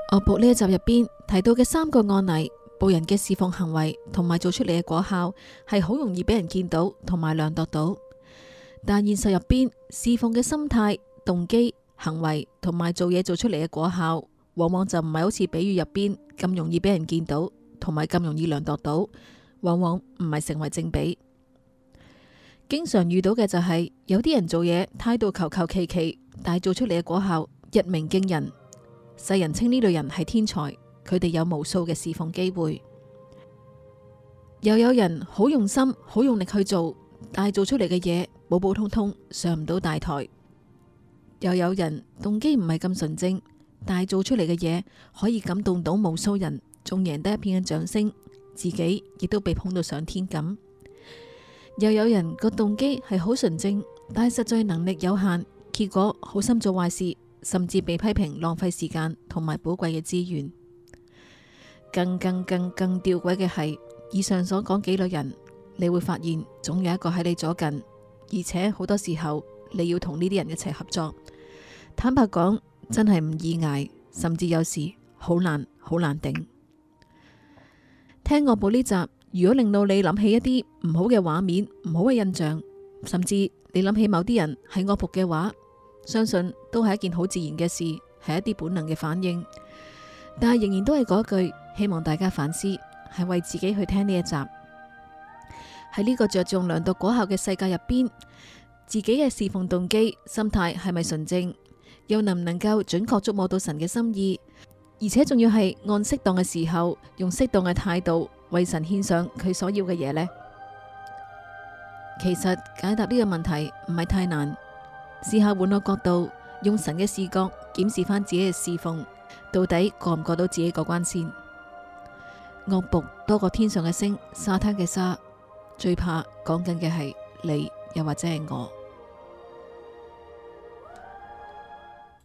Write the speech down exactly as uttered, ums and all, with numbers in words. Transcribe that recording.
惡僕呢一集入邊提到嘅三個案例，僕人嘅侍奉行為同埋做出嚟嘅果效係好容易俾人見到同埋量度到，但現實入邊侍奉嘅心態、動機、行為同埋做嘢做出嚟嘅果效，往往就唔係好似比喻入邊咁容易俾人見到同埋咁容易量度到，往往唔係成為正比。經常遇到嘅就係有啲人做嘢態度求求其其，但係做出嚟嘅果效一鳴驚人。世人稱呢類人係天才，佢哋有無數嘅侍奉機會。又有人好用心、好用力去做，但係做出嚟嘅嘢普普通通，上唔到大台。又有人動機唔係咁純正，但係做出嚟嘅嘢可以感動到無數人，仲贏得一片嘅掌聲，自己亦都被捧到上天咁。又有人個動機係好純正，但係實在能力有限，結果好心做壞事，甚至被批評浪費時間同埋寶貴嘅資源。更更更更吊詭嘅係，以上所講幾類人，你會發現總有一個喺你左近，而且好多時候你要同呢啲人一齊合作。坦白講，真係唔易捱，甚至有時好難好難頂。聽惡僕呢集，如果令到你諗起一啲唔好嘅畫面、唔好嘅印象，甚至你諗起某啲人係惡僕嘅話，相信都係一件好自然嘅事，係一啲本能嘅反應。但係仍然都係嗰句，希望大家反思，係為自己去聽呢一集。喺呢個着重量度果效嘅世界入邊，自己嘅侍奉動機、心態係咪純正，又能唔能夠準確觸摸到神嘅心意，而且仲要係按適當嘅時候，用適當嘅態度為神獻上佢所要嘅嘢呢？其實解答呢個問題唔係太難。試下換個角度，用神嘅視角檢視翻自己嘅侍奉，到底過唔過到自己個關先？惡僕多過天上嘅星，沙灘嘅沙，最怕講緊嘅係你，又或者係我。